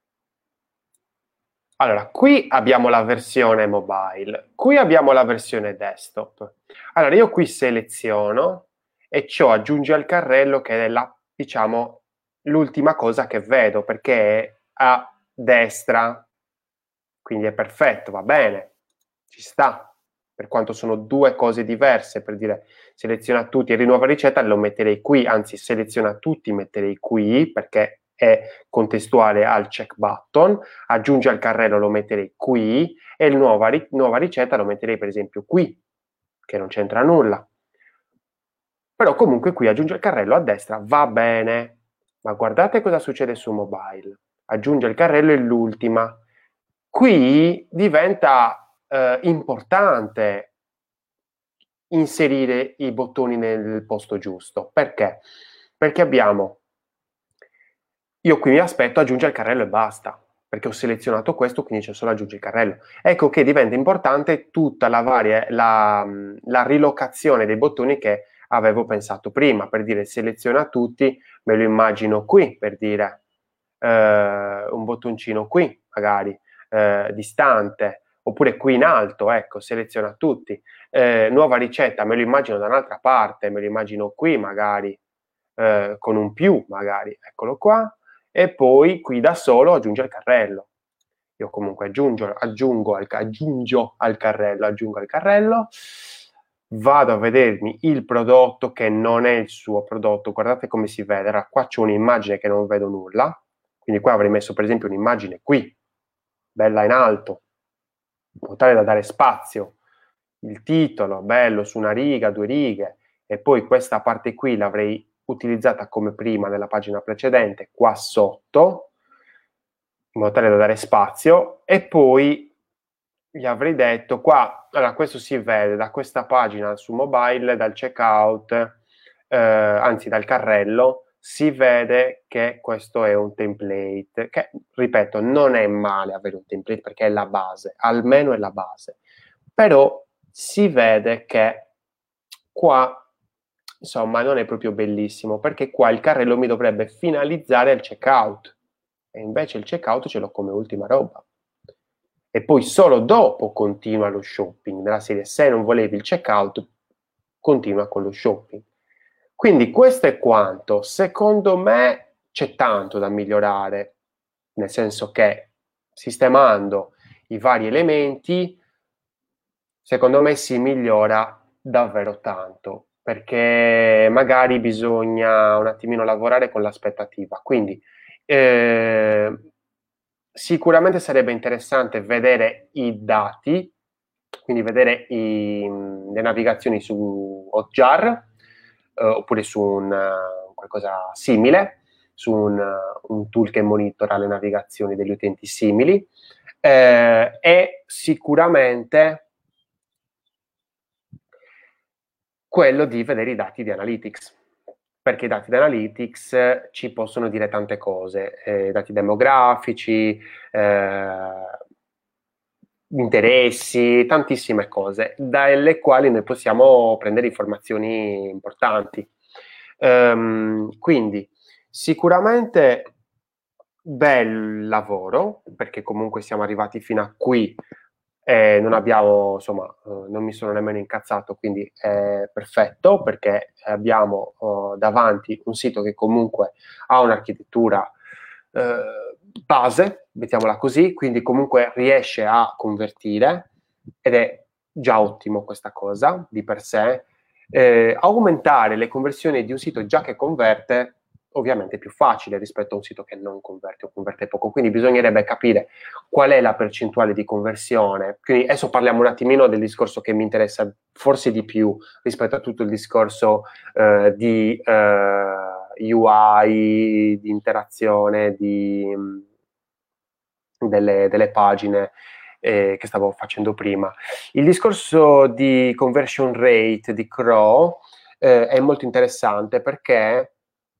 Allora, qui abbiamo la versione mobile, qui abbiamo la versione desktop. Allora, io qui seleziono e ciò aggiunge al carrello che è la, diciamo, l'ultima cosa che vedo, perché è a destra, quindi è perfetto, va bene, ci sta, per quanto sono due cose diverse, per dire seleziona tutti e rinuova ricetta, lo metterei qui, anzi seleziona tutti, metterei qui, perché è contestuale al check button, aggiunge al carrello lo metterei qui e il nuova, nuova ricetta lo metterei per esempio qui, che non c'entra nulla. Però comunque qui aggiunge il carrello a destra, va bene, ma guardate cosa succede su mobile. Aggiunge il carrello è l'ultima. Qui diventa eh, importante inserire i bottoni nel posto giusto. Perché? Perché abbiamo, io qui mi aspetto aggiunge il carrello e basta, perché ho selezionato questo, quindi c'è solo aggiungi il carrello. Ecco che diventa importante tutta la varia, la, la rilocazione dei bottoni che avevo pensato prima, per dire seleziona tutti, me lo immagino qui, per dire eh, un bottoncino qui, magari, eh, distante, oppure qui in alto, ecco, seleziona tutti. Eh, nuova ricetta, me lo immagino da un'altra parte, me lo immagino qui magari, eh, con un più magari, eccolo qua, e poi qui da solo aggiunge il carrello. Io comunque aggiungo, aggiungo, al, aggiungo al carrello, aggiungo al carrello, vado a vedermi il prodotto che non è il suo prodotto, guardate come si vede, allora, qua c'è un'immagine che non vedo nulla, quindi qua avrei messo per esempio un'immagine qui, bella in alto, in modo tale da dare spazio, il titolo, bello, su una riga, due righe, e poi questa parte qui l'avrei utilizzata come prima nella pagina precedente, qua sotto, in modo tale da dare spazio, e poi gli avrei detto qua, allora questo si vede da questa pagina su mobile, dal checkout, eh, anzi dal carrello, si vede che questo è un template, che ripeto non è male avere un template perché è la base, almeno è la base, però si vede che qua insomma non è proprio bellissimo perché qua il carrello mi dovrebbe finalizzare al checkout e invece il checkout ce l'ho come ultima roba e poi solo dopo continua lo shopping, nella serie se non volevi il checkout continua con lo shopping. Quindi questo è quanto. Secondo me c'è tanto da migliorare, nel senso che sistemando i vari elementi secondo me si migliora davvero tanto, perché magari bisogna un attimino lavorare con l'aspettativa. Quindi eh, sicuramente sarebbe interessante vedere i dati, quindi vedere i, le navigazioni su Hotjar eh, oppure su un, uh, qualcosa simile, su un, uh, un tool che monitora le navigazioni degli utenti simili eh, e sicuramente quello di vedere i dati di Analytics, perché i dati di Analytics ci possono dire tante cose, eh, dati demografici, eh, interessi, tantissime cose, dalle quali noi possiamo prendere informazioni importanti. Um, quindi sicuramente bel lavoro, perché comunque siamo arrivati fino a qui e non abbiamo, insomma, eh, non mi sono nemmeno incazzato, quindi è perfetto perché abbiamo eh, davanti un sito che comunque ha un'architettura eh, base, mettiamola così, quindi comunque riesce a convertire ed è già ottimo questa cosa di per sé. Eh, aumentare le conversioni di un sito già che converte ovviamente è più facile rispetto a un sito che non converte o converte poco, quindi bisognerebbe capire qual è la percentuale di conversione. Quindi adesso parliamo un attimino del discorso che mi interessa forse di più rispetto a tutto il discorso eh, di eh, U I, di interazione, di, delle, delle pagine eh, che stavo facendo prima. Il discorso di conversion rate di Crow eh, è molto interessante perché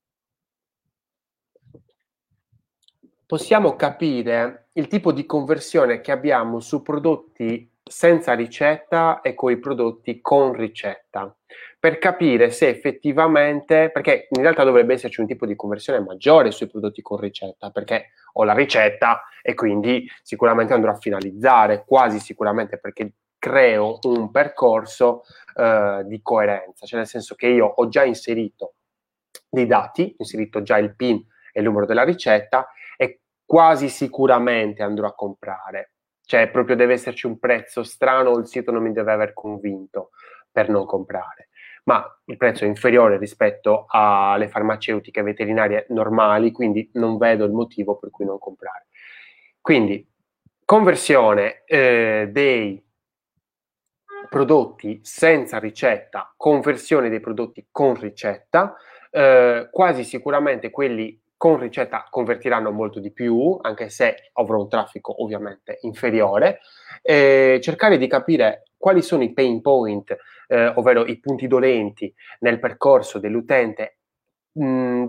possiamo capire il tipo di conversione che abbiamo su prodotti senza ricetta e con i prodotti con ricetta, per capire se effettivamente, perché in realtà dovrebbe esserci un tipo di conversione maggiore sui prodotti con ricetta, perché ho la ricetta e quindi sicuramente andrò a finalizzare, quasi sicuramente perché creo un percorso eh, di coerenza, cioè nel senso che io ho già inserito dei dati, ho inserito già il PIN e il numero della ricetta e quasi sicuramente andrò a comprare. Cioè proprio deve esserci un prezzo strano o il sito non mi deve aver convinto per non comprare. Ma il prezzo è inferiore rispetto alle farmaceutiche veterinarie normali, quindi non vedo il motivo per cui non comprare. Quindi conversione eh, dei prodotti senza ricetta, conversione dei prodotti con ricetta, eh, quasi sicuramente quelli con ricetta convertiranno molto di più, anche se avrò un traffico ovviamente inferiore, e cercare di capire quali sono i pain point, eh, ovvero i punti dolenti nel percorso dell'utente mh,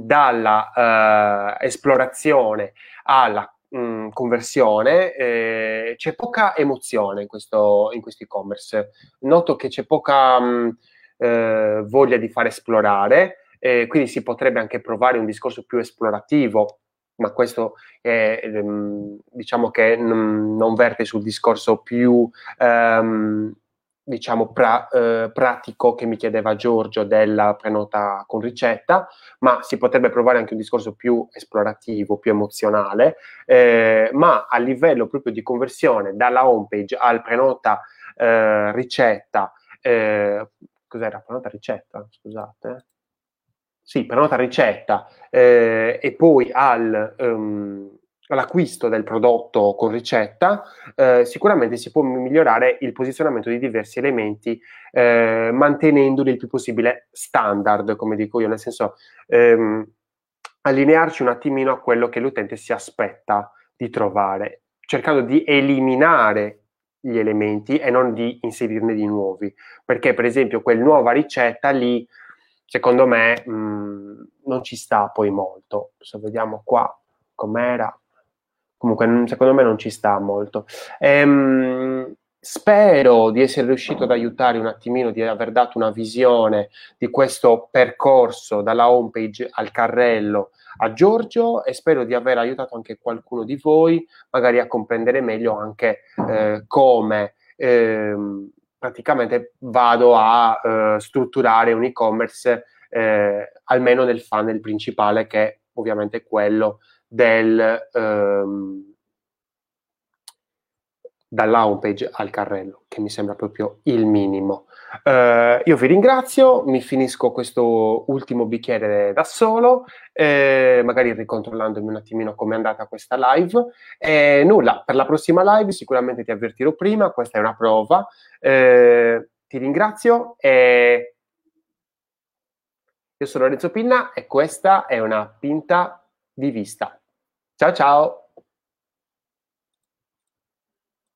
dalla eh, esplorazione alla mh, conversione. Eh, c'è poca emozione in questo in questo e-commerce. Noto che c'è poca mh, eh, voglia di far esplorare, eh, quindi si potrebbe anche provare un discorso più esplorativo, ma questo è, ehm, diciamo che n- non verte sul discorso più ehm, diciamo pra- eh, pratico che mi chiedeva Giorgio della prenota con ricetta, ma si potrebbe provare anche un discorso più esplorativo, più emozionale, eh, ma a livello proprio di conversione dalla homepage al prenota eh, ricetta, eh, cos'era? Prenota ricetta? Scusate. Sì, prenota ricetta, eh, e poi al, um, all'acquisto del prodotto con ricetta, eh, sicuramente si può migliorare il posizionamento di diversi elementi, eh, mantenendoli il più possibile standard, come dico io, nel senso ehm, allinearci un attimino a quello che l'utente si aspetta di trovare, cercando di eliminare gli elementi e non di inserirne di nuovi, perché per esempio quel nuova ricetta lì secondo me mh, non ci sta poi molto. Se vediamo qua com'era, comunque secondo me non ci sta molto. Ehm, spero di essere riuscito ad aiutare un attimino, di aver dato una visione di questo percorso dalla homepage al carrello a Giorgio, e spero di aver aiutato anche qualcuno di voi magari a comprendere meglio anche eh, come ehm, praticamente vado a eh, strutturare un e-commerce, eh, almeno nel funnel principale, che è ovviamente quello del ehm, dalla homepage al carrello, che mi sembra proprio il minimo. Eh, io vi ringrazio, mi finisco questo ultimo bicchiere da solo, eh, magari ricontrollandomi un attimino come è andata questa live. E nulla, per la prossima live sicuramente ti avvertirò prima, questa è una prova. Eh, ti ringrazio e io sono Lorenzo Pinna e questa è una Pinta di Vista. Ciao ciao!